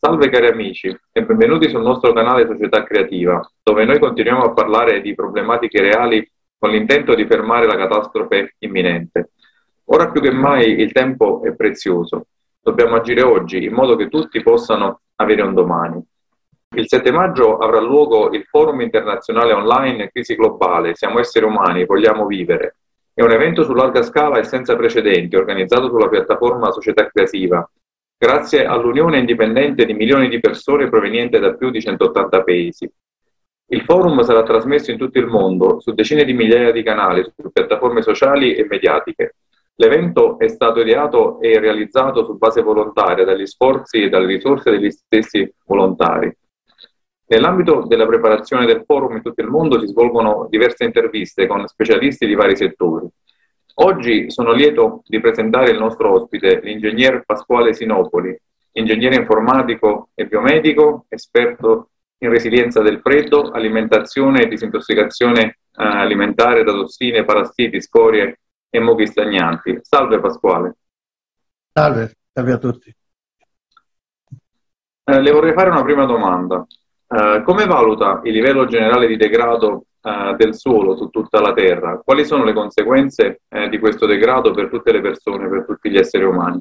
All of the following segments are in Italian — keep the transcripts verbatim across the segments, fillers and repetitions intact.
Salve cari amici e benvenuti sul nostro canale Società Creativa, dove noi continuiamo a parlare di problematiche reali con l'intento di fermare la catastrofe imminente. Ora più che mai il tempo è prezioso, dobbiamo agire oggi in modo che tutti possano avere un domani. Il sette maggio avrà luogo il Forum Internazionale Online Crisi Globale, siamo esseri umani, vogliamo vivere. È un evento su larga scala e senza precedenti, organizzato sulla piattaforma Società Creativa, grazie all'unione indipendente di milioni di persone provenienti da più di centottanta paesi. Il forum sarà trasmesso in tutto il mondo, su decine di migliaia di canali, su piattaforme sociali e mediatiche. L'evento è stato ideato e realizzato su base volontaria dagli sforzi e dalle risorse degli stessi volontari. Nell'ambito della preparazione del forum in tutto il mondo si svolgono diverse interviste con specialisti di vari settori. Oggi sono lieto di presentare il nostro ospite, l'ingegner Pasquale Sinopoli, ingegnere informatico e biomedico, esperto in resilienza del freddo, alimentazione e disintossicazione eh, alimentare da tossine, parassiti, scorie e mochi stagnanti. Salve Pasquale. Salve, salve a tutti. Eh, le vorrei fare una prima domanda. Eh, come valuta il livello generale di degrado eh, del suolo su tutta la Terra? Quali sono le conseguenze eh, di questo degrado per tutte le persone, per tutti gli esseri umani?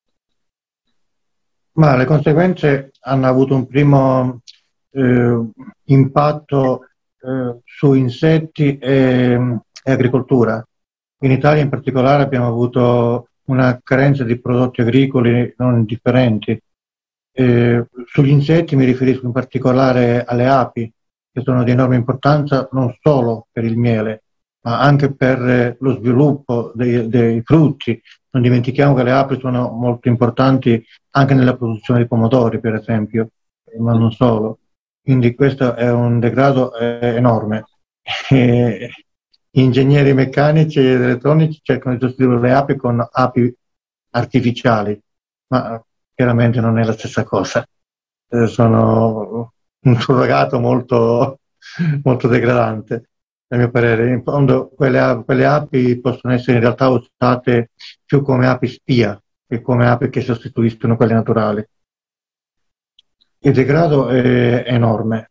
Ma le conseguenze hanno avuto un primo eh, impatto eh, su insetti e, e agricoltura. In Italia in particolare abbiamo avuto una carenza di prodotti agricoli non indifferenti. Eh, sugli insetti mi riferisco in particolare alle api, che sono di enorme importanza non solo per il miele, ma anche per eh, lo sviluppo dei, dei frutti. Non dimentichiamo che le api sono molto importanti anche nella produzione di pomodori, per esempio, ma non solo. Quindi questo è un degrado eh, enorme. Eh, gli ingegneri meccanici ed elettronici cercano di sostituire le api con api artificiali, ma chiaramente non è la stessa cosa. Eh, sono un surrogato molto, molto degradante, a mio parere. In fondo quelle, quelle api possono essere in realtà usate più come api spia che come api che sostituiscono quelle naturali. Il degrado è enorme.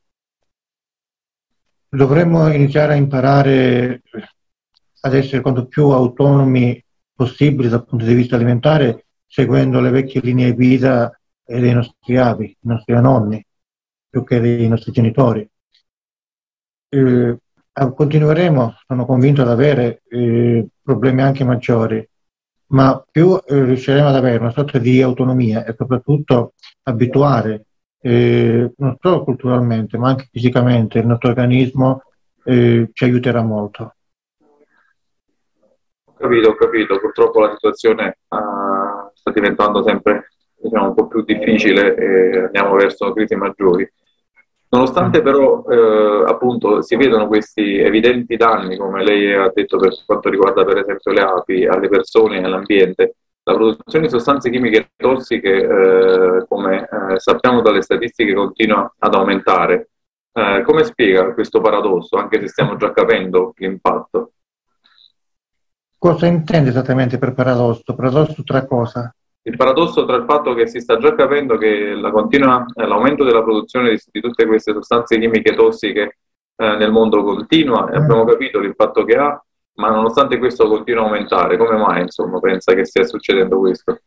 Dovremmo iniziare a imparare ad essere quanto più autonomi possibili dal punto di vista alimentare, seguendo le vecchie linee guida dei nostri avi, dei nostri nonni, più che dei nostri genitori. Eh, continueremo, sono convinto, ad avere eh, problemi anche maggiori, ma più eh, riusciremo ad avere una sorta di autonomia e soprattutto abituare, eh, non solo culturalmente, ma anche fisicamente, il nostro organismo eh, ci aiuterà molto. Ho capito, ho capito. Purtroppo la situazione uh, sta diventando sempre, diciamo, un po' più difficile e andiamo verso crisi maggiori. Nonostante però eh, appunto si vedono questi evidenti danni, come lei ha detto per quanto riguarda per esempio le api, alle persone e all'ambiente, la produzione di sostanze chimiche tossiche, eh, come eh, sappiamo dalle statistiche, continua ad aumentare. Eh, come spiega questo paradosso, anche se stiamo già capendo l'impatto? Cosa intende esattamente per paradosso? Paradosso tra cosa? Il paradosso tra il fatto che si sta già capendo che la continua, eh, l'aumento della produzione di, di tutte queste sostanze chimiche tossiche eh, nel mondo continua, e abbiamo capito l'impatto che ha, ma nonostante questo continua a aumentare. Come mai, insomma, pensa che stia succedendo questo?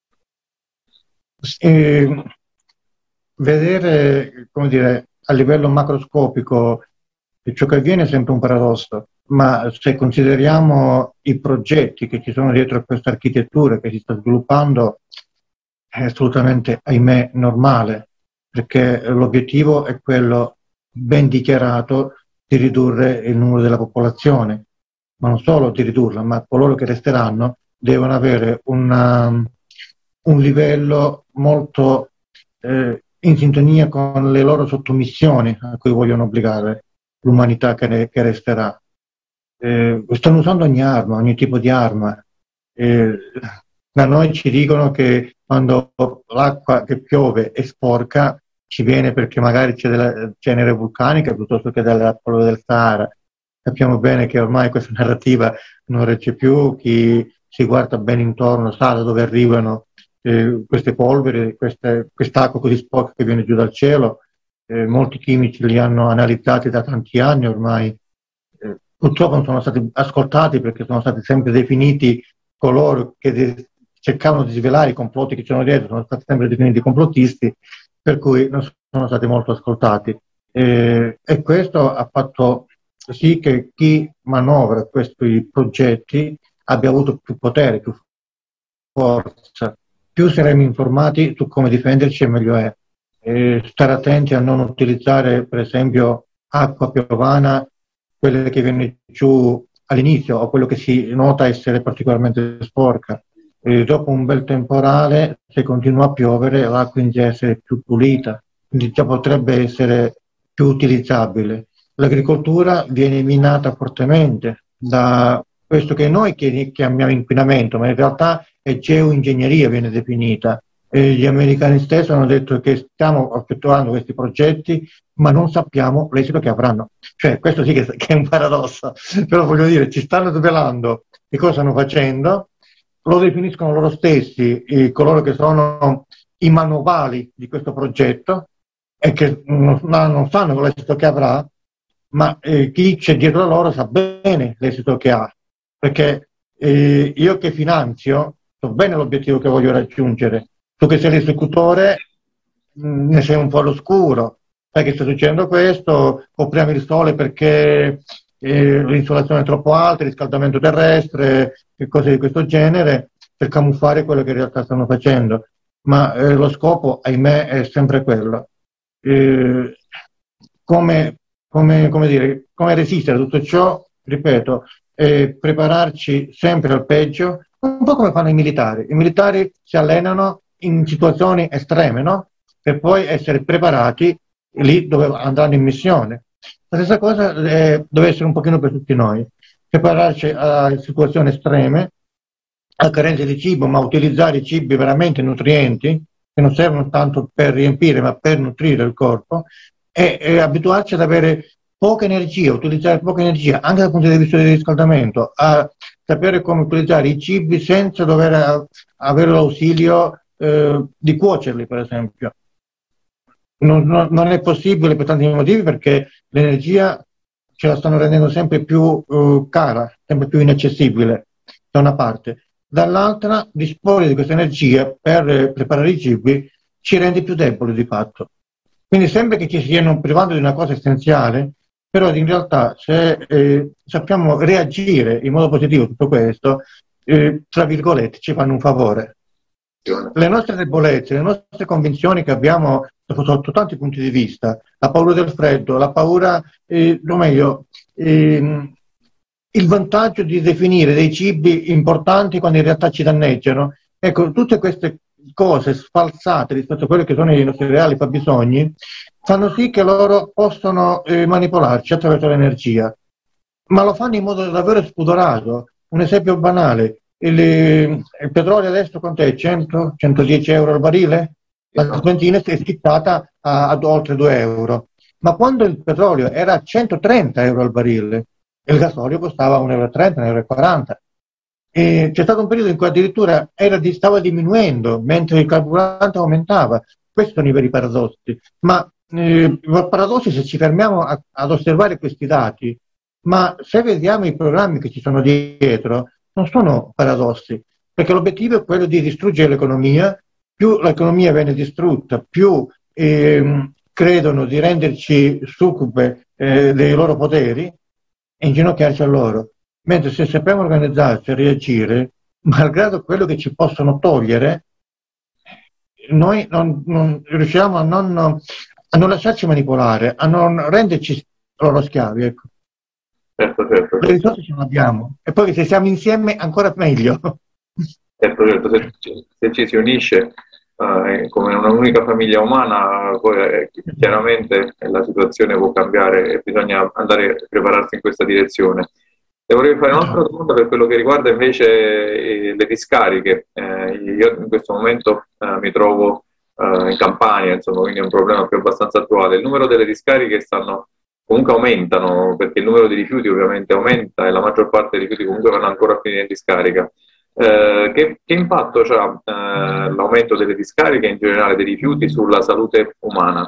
E vedere, come dire, a livello macroscopico ciò che avviene è sempre un paradosso, ma se consideriamo i progetti che ci sono dietro a questa architettura che si sta sviluppando, è assolutamente, ahimè, normale, perché l'obiettivo è quello ben dichiarato di ridurre il numero della popolazione, ma non solo di ridurla, ma coloro che resteranno devono avere una, un livello molto eh, in sintonia con le loro sottomissioni a cui vogliono obbligare l'umanità che, ne, che resterà. Eh, stanno usando ogni arma, ogni tipo di arma. Eh, da noi ci dicono che quando l'acqua che piove è sporca ci viene perché magari c'è della cenere vulcanica piuttosto che della polvere del Sahara. Sappiamo bene che ormai questa narrativa non regge più, chi si guarda bene intorno sa da dove arrivano eh, queste polveri, queste, quest'acqua così sporca che viene giù dal cielo. Eh, molti chimici li hanno analizzati da tanti anni ormai, eh, purtroppo non sono stati ascoltati perché sono stati sempre definiti coloro che de- cercavano di svelare i complotti che c'erano dietro, sono stati sempre definiti complottisti, per cui non sono stati molto ascoltati. Eh, e questo ha fatto sì che chi manovra questi progetti abbia avuto più potere, più forza. Più saremo informati su come difenderci e meglio è. E stare attenti a non utilizzare per esempio acqua piovana, quella che viene giù all'inizio o quello che si nota essere particolarmente sporca. E dopo un bel temporale, se continua a piovere, l'acqua inizia a essere più pulita, quindi già potrebbe essere più utilizzabile. L'agricoltura viene minata fortemente da questo che noi chiamiamo inquinamento, ma in realtà è geoingegneria, viene definita. E gli americani stessi hanno detto che stiamo effettuando questi progetti, ma non sappiamo l'esito che avranno. Cioè, questo sì che, che è un paradosso, però voglio dire, ci stanno svelando che cosa stanno facendo, lo definiscono loro stessi, eh, coloro che sono i manovali di questo progetto, e che non, non sanno l'esito che avrà, ma eh, chi c'è dietro a loro sa bene l'esito che ha, perché eh, io che finanzio so bene l'obiettivo che voglio raggiungere, tu che sei l'esecutore mh, ne sei un po' all'oscuro, sai che sta succedendo questo, copriamo il sole perché eh, l'insolazione è troppo alta, il riscaldamento terrestre e cose di questo genere, per camuffare quello che in realtà stanno facendo, ma eh, lo scopo, ahimè, è sempre quello. Eh, come, come, come, dire, come resistere a tutto ciò, ripeto, eh, prepararci sempre al peggio, un po' come fanno i militari. I militari si allenano in situazioni estreme, no? Per poi essere preparati lì dove andranno in missione. La stessa cosa eh, deve essere un pochino per tutti noi, prepararci a situazioni estreme, a carenze di cibo, ma utilizzare i cibi veramente nutrienti, che non servono tanto per riempire, ma per nutrire il corpo, e, e abituarci ad avere poca energia, utilizzare poca energia, anche dal punto di vista del riscaldamento, a sapere come utilizzare i cibi senza dover a, avere l'ausilio eh, di cuocerli, per esempio. Non, non, non è possibile per tanti motivi, perché l'energia ce la stanno rendendo sempre più uh, cara, sempre più inaccessibile, da una parte. Dall'altra, disporre di questa energia per eh, preparare i cibi ci rende più deboli di fatto. Quindi sembra che ci stiano privando di una cosa essenziale, però in realtà se eh, sappiamo reagire in modo positivo a tutto questo, eh, tra virgolette, ci fanno un favore. Le nostre debolezze, le nostre convinzioni che abbiamo sotto tanti punti di vista, la paura del freddo, la paura, eh, o meglio, eh, il vantaggio di definire dei cibi importanti quando in realtà ci danneggiano, ecco, tutte queste cose sfalsate rispetto a quelli che sono i nostri reali fabbisogni fanno sì che loro possano eh, manipolarci attraverso l'energia, ma lo fanno in modo davvero spudorato. Un esempio banale: il, il petrolio adesso quant'è? cento centodieci euro al barile? La benzina è schizzata a, ad oltre due euro, ma quando il petrolio era a centotrenta euro al barile, il gasolio costava uno e trenta, uno e quaranta euro. E c'è stato un periodo in cui addirittura era di, stava diminuendo mentre il carburante aumentava. Questi sono i veri paradossi. Ma eh, paradossi se ci fermiamo a, ad osservare questi dati, ma se vediamo i programmi che ci sono dietro, non sono paradossi, perché l'obiettivo è quello di distruggere l'economia. Più l'economia viene distrutta, più eh, credono di renderci succube eh, dei loro poteri e inginocchiarci a loro. Mentre se sappiamo organizzarci e reagire, malgrado quello che ci possono togliere, noi non, non riusciamo a non, a non lasciarci manipolare, a non renderci loro schiavi. Ecco. Certo, certo. Le risorse ce le abbiamo, e poi se siamo insieme ancora meglio. Certo, certo. Se, se ci si unisce eh, come un'unica famiglia umana, poi eh, chiaramente la situazione può cambiare e bisogna andare a prepararsi in questa direzione. E vorrei fare un'altra domanda per quello che riguarda invece eh, le discariche. Eh, io in questo momento eh, mi trovo eh, in Campania, insomma, quindi è un problema più abbastanza attuale. Il numero delle discariche stanno, comunque aumentano, perché il numero di rifiuti ovviamente aumenta e la maggior parte dei rifiuti comunque vanno ancora a finire in discarica. Eh, che, che impatto ha eh, l'aumento delle discariche e in generale dei rifiuti sulla salute umana?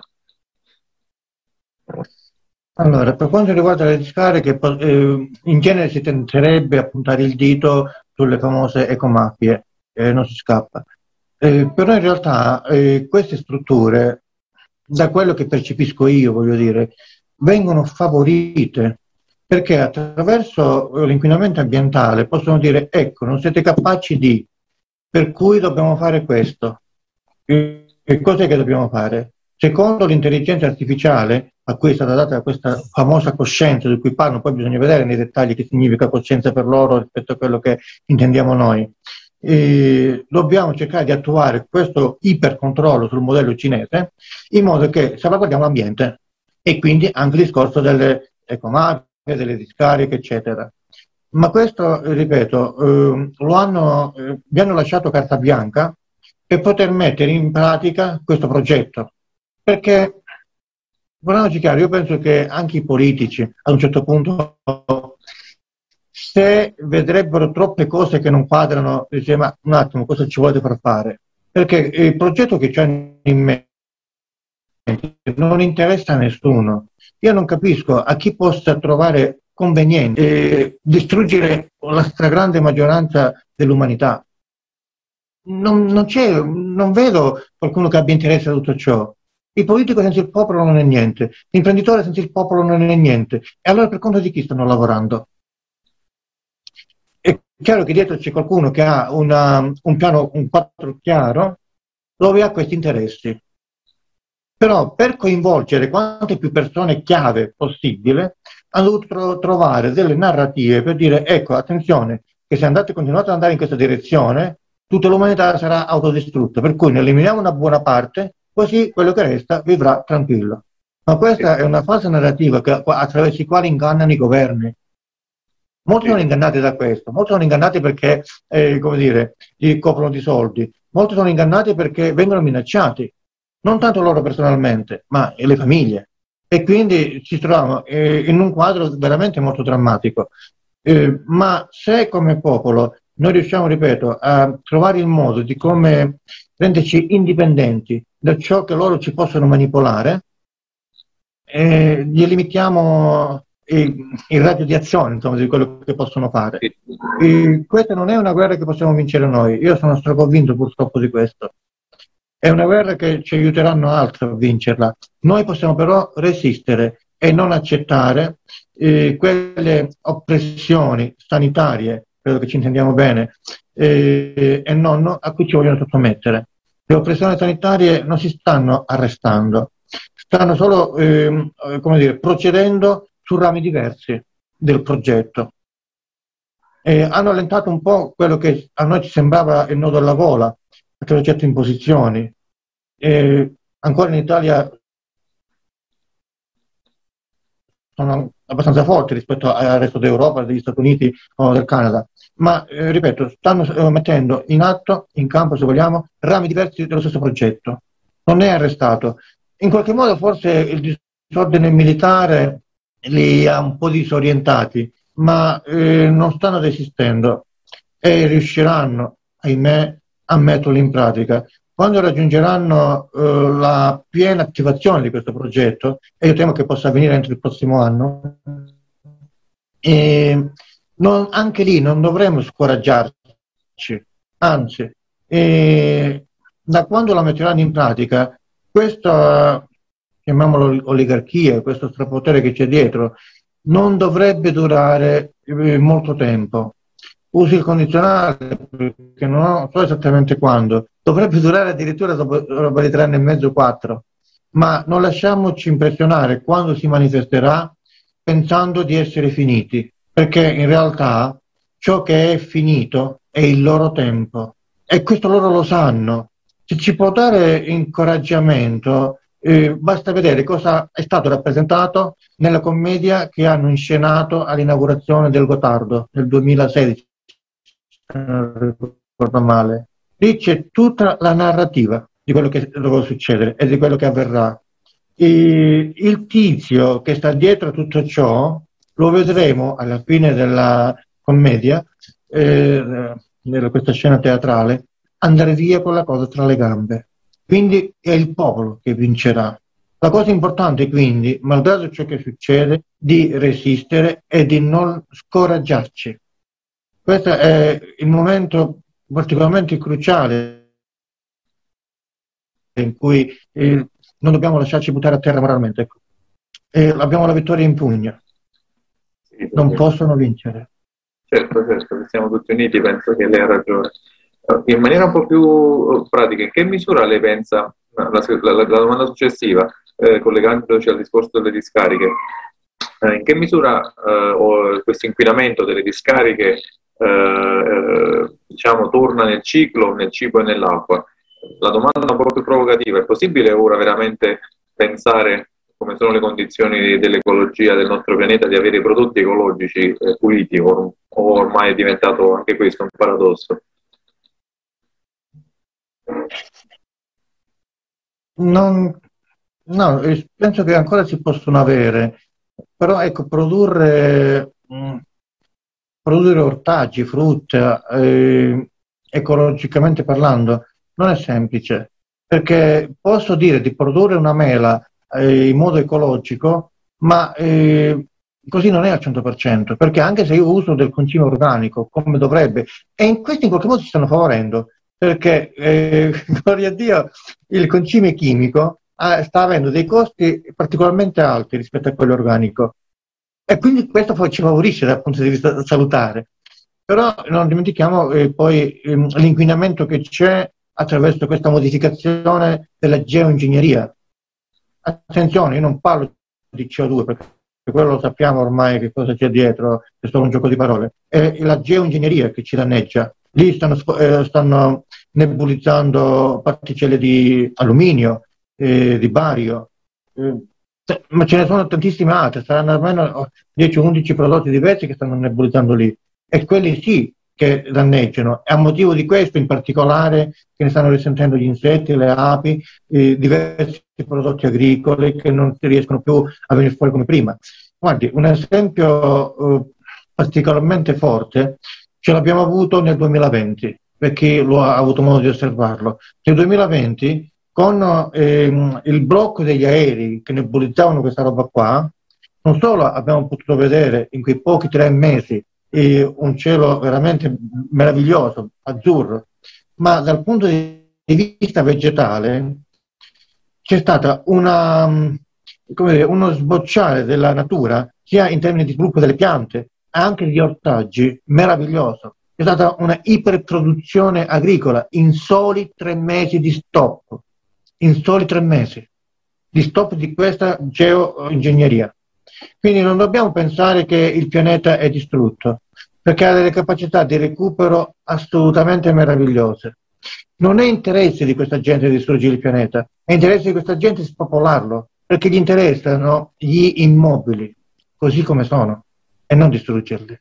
Allora, per quanto riguarda le discariche, po- eh, in genere si tenterebbe a puntare il dito sulle famose ecomafie, eh, non si scappa. Eh, però in realtà eh, queste strutture, da quello che percepisco io, voglio dire, vengono favorite perché attraverso l'inquinamento ambientale possono dire ecco, non siete capaci di, per cui dobbiamo fare questo. E che cos'è che dobbiamo fare? Secondo l'intelligenza artificiale, a cui è stata data questa famosa coscienza di cui parlo, poi bisogna vedere nei dettagli che significa coscienza per loro rispetto a quello che intendiamo noi, eh, dobbiamo cercare di attuare questo ipercontrollo sul modello cinese in modo che salvaguardiamo l'ambiente e quindi anche il discorso delle ecomafie, delle discariche, eccetera. Ma questo, ripeto, eh, lo hanno, eh, vi hanno lasciato carta bianca per poter mettere in pratica questo progetto. Perché, parliamoci chiaro, io penso che anche i politici, ad un certo punto, se vedrebbero troppe cose che non quadrano, dice, ma un attimo, cosa ci volete far fare? Perché il progetto che c'è in mente non interessa a nessuno. Io non capisco a chi possa trovare conveniente eh, distruggere la stragrande maggioranza dell'umanità. Non, non c'è, non vedo qualcuno che abbia interesse a tutto ciò. Il politico senza il popolo non è niente, l'imprenditore senza il popolo non è niente. E allora per conto di chi stanno lavorando? È chiaro che dietro c'è qualcuno che ha una, un piano, un quadro chiaro, dove ha questi interessi. Però per coinvolgere quante più persone chiave possibile, hanno dovuto tro- trovare delle narrative per dire, ecco, attenzione, che se andate, continuate ad andare in questa direzione, tutta l'umanità sarà autodistrutta, per cui ne eliminiamo una buona parte, così quello che resta vivrà tranquillo. Ma questa è una falsa narrativa che, attraverso i quali ingannano i governi. Molti sono ingannati da questo, molti sono ingannati perché, eh, come dire, li coprono di soldi, molti sono ingannati perché vengono minacciati, non tanto loro personalmente, ma le famiglie. E quindi ci troviamo eh, in un quadro veramente molto drammatico. Eh, ma se come popolo noi riusciamo, ripeto, a trovare il modo di come renderci indipendenti da ciò che loro ci possono manipolare, eh, gli limitiamo il, il raggio di azione, insomma, di quello che possono fare. E questa non è una guerra che possiamo vincere noi, io sono straconvinto purtroppo di questo. È una guerra che ci aiuteranno altri a vincerla. Noi possiamo però resistere e non accettare eh, quelle oppressioni sanitarie, credo che ci intendiamo bene, eh, e non a cui ci vogliono sottomettere. Le oppressioni sanitarie non si stanno arrestando, stanno solo eh, come dire, procedendo su rami diversi del progetto. Eh, hanno allentato un po' quello che a noi ci sembrava il nodo alla gola, attraverso certe imposizioni. Eh, ancora in Italia sono abbastanza forti rispetto al resto d'Europa, degli Stati Uniti o del Canada, ma eh, ripeto, stanno eh, mettendo in atto, in campo se vogliamo, rami diversi dello stesso progetto. Non è arrestato. In qualche modo forse il disordine militare li ha un po' disorientati, ma eh, non stanno desistendo e riusciranno, ahimè, a metterlo in pratica. Quando raggiungeranno eh, la piena attivazione di questo progetto, e io temo che possa avvenire entro il prossimo anno, e non, anche lì non dovremmo scoraggiarci, anzi, e da quando la metteranno in pratica, questa, chiamiamolo oligarchia, questo strapotere che c'è dietro, non dovrebbe durare eh, molto tempo. Usi il condizionale perché non so esattamente quando, dovrebbe durare addirittura dopo roba di tre anni e mezzo, quattro, ma non lasciamoci impressionare quando si manifesterà pensando di essere finiti, perché in realtà ciò che è finito è il loro tempo e questo loro lo sanno. Se ci può dare incoraggiamento, eh, basta vedere cosa è stato rappresentato nella commedia che hanno inscenato all'inaugurazione del Gotardo nel duemilasedici, se non ricordo male. Lì c'è tutta la narrativa di quello che dovrà succedere e di quello che avverrà. E il tizio che sta dietro a tutto ciò lo vedremo alla fine della commedia eh, nella, questa scena teatrale, andare via con la cosa tra le gambe. Quindi è il popolo che vincerà. La cosa importante quindi, malgrado ciò che succede, di resistere e di non scoraggiarci. Questo è il momento particolarmente cruciale in cui eh, non dobbiamo lasciarci buttare a terra moralmente. Ecco. E abbiamo la vittoria in pugno. Sì, Non possono vincere. Certo, certo, se siamo tutti uniti, penso che lei ha ragione. In maniera un po' più pratica, in che misura lei pensa, la, la, la domanda successiva, eh, collegandoci al discorso delle discariche, eh, in che misura eh, questo inquinamento delle discariche eh, eh, diciamo, torna nel ciclo, nel cibo e nell'acqua? La domanda un po' più provocativa, è possibile ora veramente pensare, come sono le condizioni dell'ecologia del nostro pianeta, di avere prodotti ecologici eh, puliti, o, o ormai è diventato anche questo un paradosso? Non, no, penso che ancora si possono avere, però ecco, produrre, mh, produrre ortaggi, frutta, eh, ecologicamente parlando, non è semplice, perché posso dire di produrre una mela eh, in modo ecologico, ma eh, così non è al cento per cento, perché anche se io uso del concime organico, come dovrebbe, e in questo in qualche modo si stanno favorendo, perché, eh, gloria a Dio, il concime chimico ah, sta avendo dei costi particolarmente alti rispetto a quello organico. E quindi questo ci favorisce dal punto di vista salutare. Però non dimentichiamo eh, poi ehm, l'inquinamento che c'è attraverso questa modificazione della geoingegneria. Attenzione, io non parlo di C O due perché quello lo sappiamo ormai che cosa c'è dietro, è solo un gioco di parole. È la geoingegneria che ci danneggia. Lì stanno, eh, stanno nebulizzando particelle di alluminio, eh, di bario, eh, ma ce ne sono tantissime altre, saranno almeno dieci undici prodotti diversi che stanno nebulizzando lì, e quelli sì che danneggiano. E a motivo di questo, in particolare, che ne stanno risentendo gli insetti, le api, eh, diversi prodotti agricoli che non si riescono più a venire fuori come prima. Guardi, un esempio eh, particolarmente forte ce l'abbiamo avuto nel duemilaventi, per chi lo ha avuto modo di osservarlo. Nel duemilaventi, con ehm, il blocco degli aerei che nebulizzavano questa roba qua, non solo abbiamo potuto vedere in quei pochi tre mesi eh, un cielo veramente meraviglioso, azzurro, ma dal punto di vista vegetale c'è stata una, come dire, uno sbocciare della natura, sia in termini di sviluppo delle piante, anche di ortaggi, meraviglioso. È stata una iperproduzione agricola in soli tre mesi di stop, in soli tre mesi di stop di questa geoingegneria. Quindi non dobbiamo pensare che il pianeta è distrutto, perché ha delle capacità di recupero assolutamente meravigliose. Non è interesse di questa gente distruggere il pianeta, è interesse di questa gente spopolarlo, perché gli interessano gli immobili, così come sono, e non distruggerli.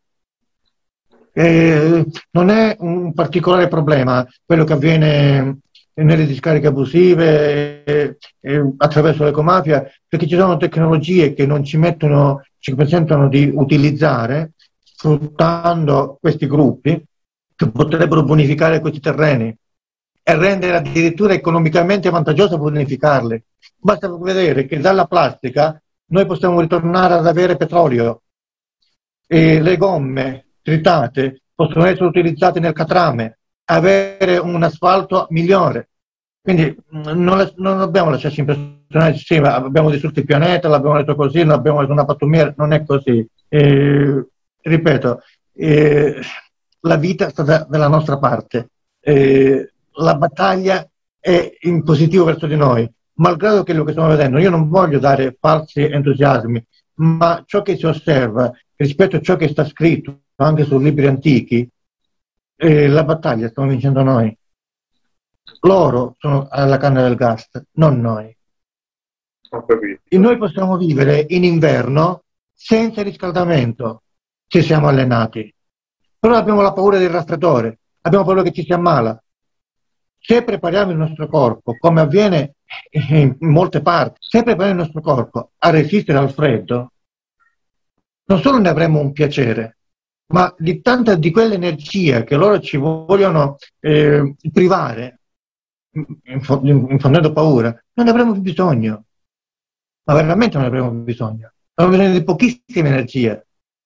Eh, non è un particolare problema quello che avviene nelle discariche abusive eh, eh, attraverso l'ecomafia, perché ci sono tecnologie che non ci mettono, ci consentono di utilizzare, sfruttando questi gruppi, che potrebbero bonificare questi terreni e rendere addirittura economicamente vantaggioso bonificarli. Basta vedere che dalla plastica noi possiamo ritornare ad avere petrolio, e le gomme tritate possono essere utilizzate nel catrame, avere un asfalto migliore. Quindi non, non dobbiamo lasciarci impressionare, sì, ma abbiamo distrutto il pianeta, l'abbiamo detto così, non abbiamo detto una pattumiera, non è così. Eh, ripeto, eh, la vita sta da, dalla nostra parte, eh, la battaglia è in positivo verso di noi, malgrado quello che stiamo vedendo. Io non voglio dare falsi entusiasmi, ma ciò che si osserva rispetto a ciò che sta scritto anche su libri antichi, eh, la battaglia stiamo vincendo noi. Loro sono alla canna del gas, non noi. Ho capito. E noi possiamo vivere in inverno senza riscaldamento se siamo allenati. Però abbiamo la paura del raffreddore, abbiamo paura che ci si ammala. Se prepariamo il nostro corpo, come avviene in molte parti, se prepariamo il nostro corpo a resistere al freddo, non solo ne avremo un piacere, ma di tanta di quell'energia che loro ci vogliono eh, privare, infondendo paura, non ne avremo più bisogno, ma veramente non ne avremo più bisogno, abbiamo bisogno di pochissima energia,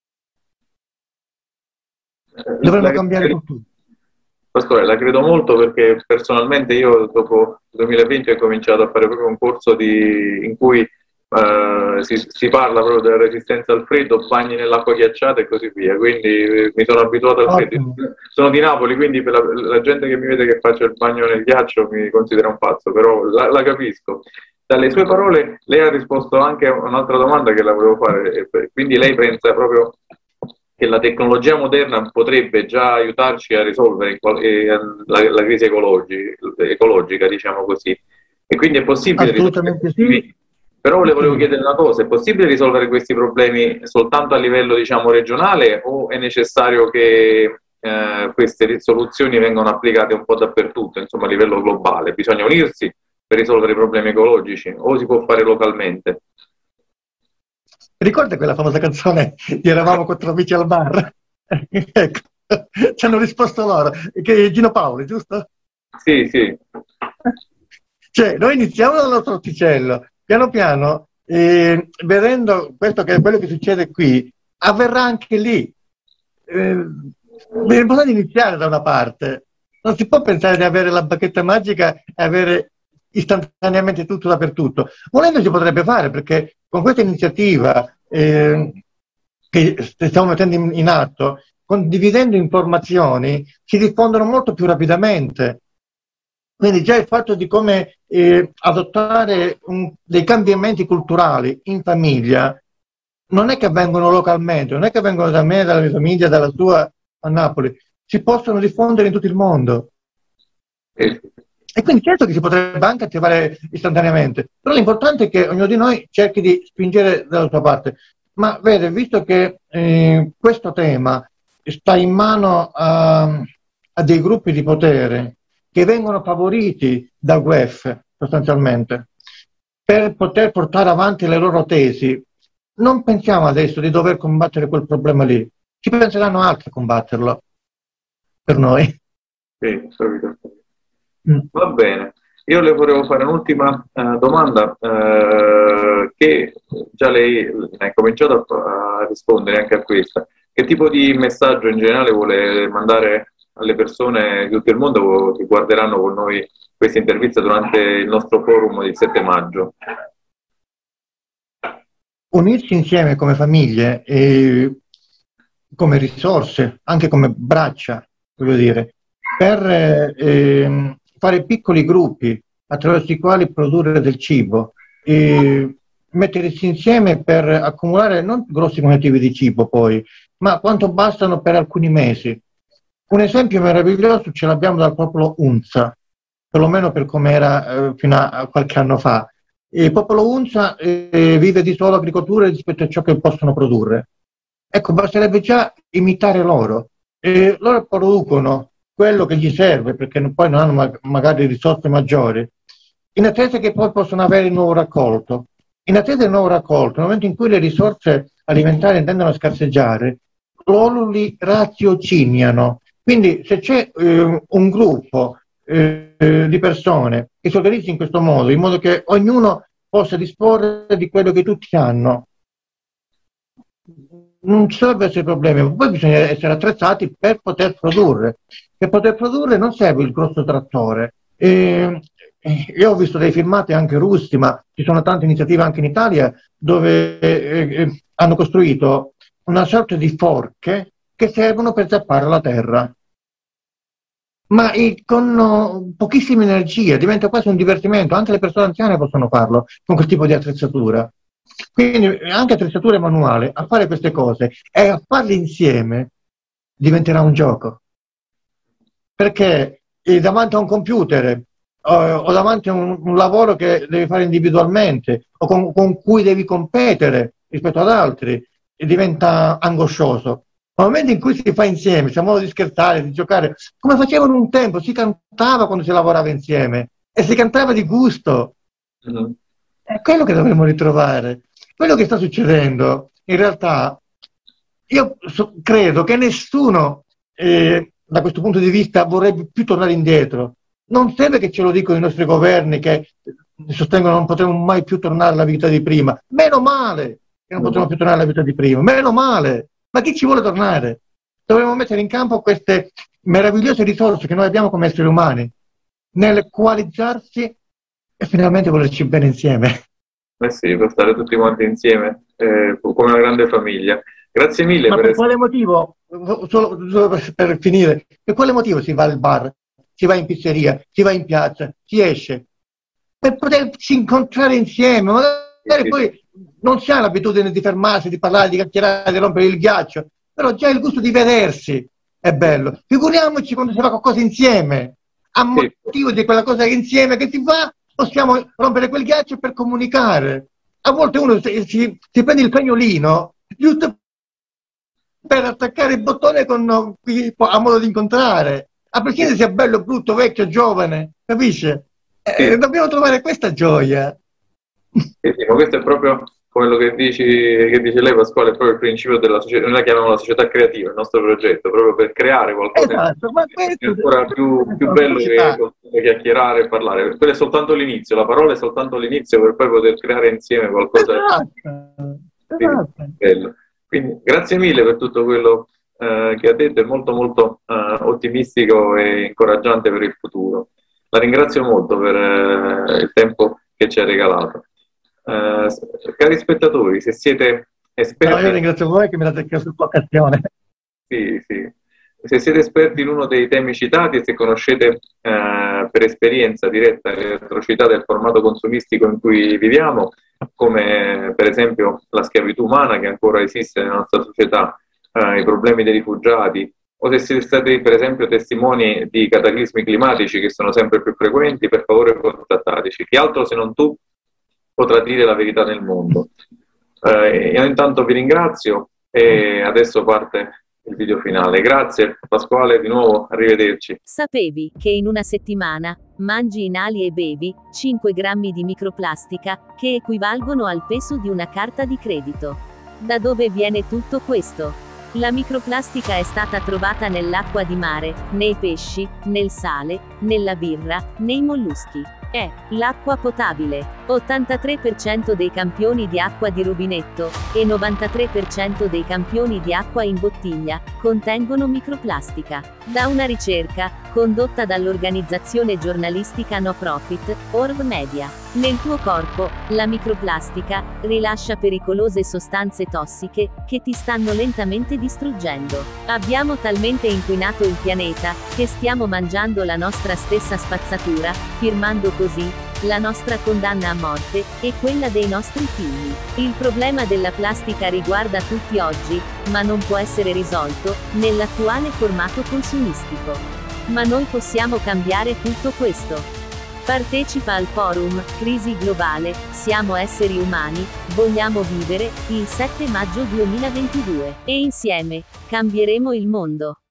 dovremmo cambiare tutto. Pastore, la credo molto perché personalmente io dopo il duemilaventi ho cominciato a fare proprio un corso di, in cui eh, si, si parla proprio della resistenza al freddo, bagni nell'acqua ghiacciata e così via, quindi eh, mi sono abituato al freddo. Sono di Napoli, quindi per la, la gente che mi vede che faccio il bagno nel ghiaccio mi considera un pazzo, però la, la capisco. Dalle sue parole lei ha risposto anche a un'altra domanda che la volevo fare, quindi lei pensa proprio che la tecnologia moderna potrebbe già aiutarci a risolvere la, la crisi ecologi, ecologica, diciamo così. E quindi è possibile risolvere, sì. Però le volevo chiedere una cosa, è possibile risolvere questi problemi soltanto a livello, diciamo, regionale o è necessario che eh, queste soluzioni vengano applicate un po' dappertutto, insomma a livello globale? Bisogna unirsi per risolvere i problemi ecologici o si può fare localmente? Ricorda quella famosa canzone di Eravamo quattro amici al bar? Ecco, ci hanno risposto loro, che è Gino Paoli, giusto? Sì, sì. Cioè, noi iniziamo dal nostro orticello, piano piano, eh, vedendo questo che è quello che succede qui, avverrà anche lì. Eh, bisogna iniziare da una parte. Non si può pensare di avere la bacchetta magica e avere istantaneamente tutto dappertutto. Volendo si potrebbe fare, perché con questa iniziativa eh, che stiamo mettendo in, in atto, condividendo informazioni, si diffondono molto più rapidamente. Quindi già il fatto di come eh, adottare un, dei cambiamenti culturali in famiglia non è che avvengono localmente, non è che vengono da me, dalla mia famiglia, dalla tua a Napoli, si possono diffondere in tutto il mondo. Eh. E quindi certo che si potrebbe anche attivare istantaneamente, però l'importante è che ognuno di noi cerchi di spingere dalla sua parte. Ma vede, visto che eh, questo tema sta in mano a, a dei gruppi di potere che vengono favoriti dal U E F sostanzialmente, per poter portare avanti le loro tesi, non pensiamo adesso di dover combattere quel problema lì, ci penseranno altri a combatterlo per noi. Sì, subito. Va bene, io le volevo fare un'ultima uh, domanda uh, che già lei ha cominciato a, a rispondere anche a questa. Che tipo di messaggio in generale vuole mandare alle persone di tutto il mondo che guarderanno con noi questa intervista durante il nostro forum del sette maggio? Unirsi insieme come famiglie e come risorse, anche come braccia, voglio dire, per eh, fare piccoli gruppi attraverso i quali produrre del cibo e mettersi insieme per accumulare non grossi quantitativi di cibo poi, ma quanto bastano per alcuni mesi. Un esempio meraviglioso ce l'abbiamo dal popolo Hunza, perlomeno per come era eh, fino a qualche anno fa. Il popolo Hunza eh, vive di solo agricoltura rispetto a ciò che possono produrre. Ecco, basterebbe già imitare loro. E loro producono quello che gli serve, perché poi non hanno ma magari risorse maggiori, in attesa che poi possano avere il nuovo raccolto. In attesa del nuovo raccolto, nel momento in cui le risorse alimentari tendono a scarseggiare, loro li raziociniano. Quindi se c'è eh, un gruppo eh, di persone che si organizza in questo modo, in modo che ognuno possa disporre di quello che tutti hanno, non ci dovrebbero essere problemi, poi bisogna essere attrezzati per poter produrre. Per poter produrre non serve il grosso trattore. E, io ho visto dei filmati anche russi, ma ci sono tante iniziative anche in Italia dove eh, eh, hanno costruito una sorta di forche che servono per zappare la terra. Ma eh, con no, pochissima energia, diventa quasi un divertimento, anche le persone anziane possono farlo con quel tipo di attrezzatura. Quindi anche attrezzature manuali, a fare queste cose e a farle insieme diventerà un gioco. Perché eh, davanti a un computer eh, o davanti a un, un lavoro che devi fare individualmente o con, con cui devi competere rispetto ad altri, diventa angoscioso. Ma nel momento in cui si fa insieme, c'è modo di scherzare, di giocare, come facevano un tempo, si cantava quando si lavorava insieme e si cantava di gusto. Mm-hmm. È quello che dovremmo ritrovare. Quello che sta succedendo, in realtà, io so, credo che nessuno eh, da questo punto di vista vorrebbe più tornare indietro. Non serve che ce lo dicono i nostri governi che sostengono che non potremo mai più tornare alla vita di prima. Meno male che non potremo più tornare alla vita di prima, meno male. Ma chi ci vuole tornare? Dovremmo mettere in campo queste meravigliose risorse che noi abbiamo come esseri umani, nel coalizzarsi e finalmente volerci bene insieme. Eh sì, per stare tutti quanti insieme, eh, come una grande famiglia. Grazie mille. Ma per, per quale motivo, solo, solo per, per finire, per quale motivo si va al bar, si va in pizzeria, si va in piazza, si esce? Per potersi incontrare insieme, magari sì, poi non si ha l'abitudine di fermarsi, di parlare, di chiacchierare, di rompere il ghiaccio, però già il gusto di vedersi è bello. Figuriamoci quando si fa qualcosa insieme, a motivo sì. di quella cosa insieme che si fa, possiamo rompere quel ghiaccio per comunicare. A volte uno si, si, si prende il cagnolino giusto per attaccare il bottone con, a modo di incontrare, a prescindere sia bello, brutto, vecchio, giovane, capisce? Eh, sì. Dobbiamo trovare questa gioia. Sì, sì, ma questo è proprio quello che dici, che dice lei, Pasquale, è proprio il principio della società. Noi la chiamiamo la società creativa, il nostro progetto, proprio per creare qualcosa esatto, ma questo, è ancora più, più bello che chiacchierare e parlare. Quello è soltanto l'inizio, la parola è soltanto l'inizio per poi poter creare insieme qualcosa esatto, di esatto. bello. Quindi grazie mille per tutto quello eh, che ha detto, è molto molto eh, ottimistico e incoraggiante per il futuro. La ringrazio molto per eh, il tempo che ci ha regalato. Eh, cari spettatori, se siete esperti... No, io ringrazio voi che mi date questa occasione. Sì, sì. Se siete esperti in uno dei temi citati e se conoscete eh, per esperienza diretta le atrocità del formato consumistico in cui viviamo, come per esempio la schiavitù umana che ancora esiste nella nostra società, eh, i problemi dei rifugiati, o se siete stati per esempio testimoni di cataclismi climatici che sono sempre più frequenti, per favore contattateci. Chi altro se non tu potrà dire la verità nel mondo. Eh, io intanto vi ringrazio e adesso parte il video finale. Grazie Pasquale, di nuovo, arrivederci. Sapevi che in una settimana mangi, inali e bevi cinque grammi di microplastica, che equivalgono al peso di una carta di credito? Da dove viene tutto questo? La microplastica è stata trovata nell'acqua di mare, nei pesci, nel sale, nella birra, nei molluschi. È l'acqua potabile. ottantatré per cento dei campioni di acqua di rubinetto e novantatré per cento dei campioni di acqua in bottiglia contengono microplastica. Da una ricerca condotta dall'organizzazione giornalistica no profit Orb Media. Nel tuo corpo, la microplastica rilascia pericolose sostanze tossiche che ti stanno lentamente distruggendo. Abbiamo talmente inquinato il pianeta che stiamo mangiando la nostra stessa spazzatura, firmando così la nostra condanna a morte e quella dei nostri figli. Il problema della plastica riguarda tutti oggi, ma non può essere risolto nell'attuale formato consumistico. Ma noi possiamo cambiare tutto questo. Partecipa al forum Crisi Globale, siamo esseri umani, vogliamo vivere, il sette maggio duemilaventidue, e insieme cambieremo il mondo.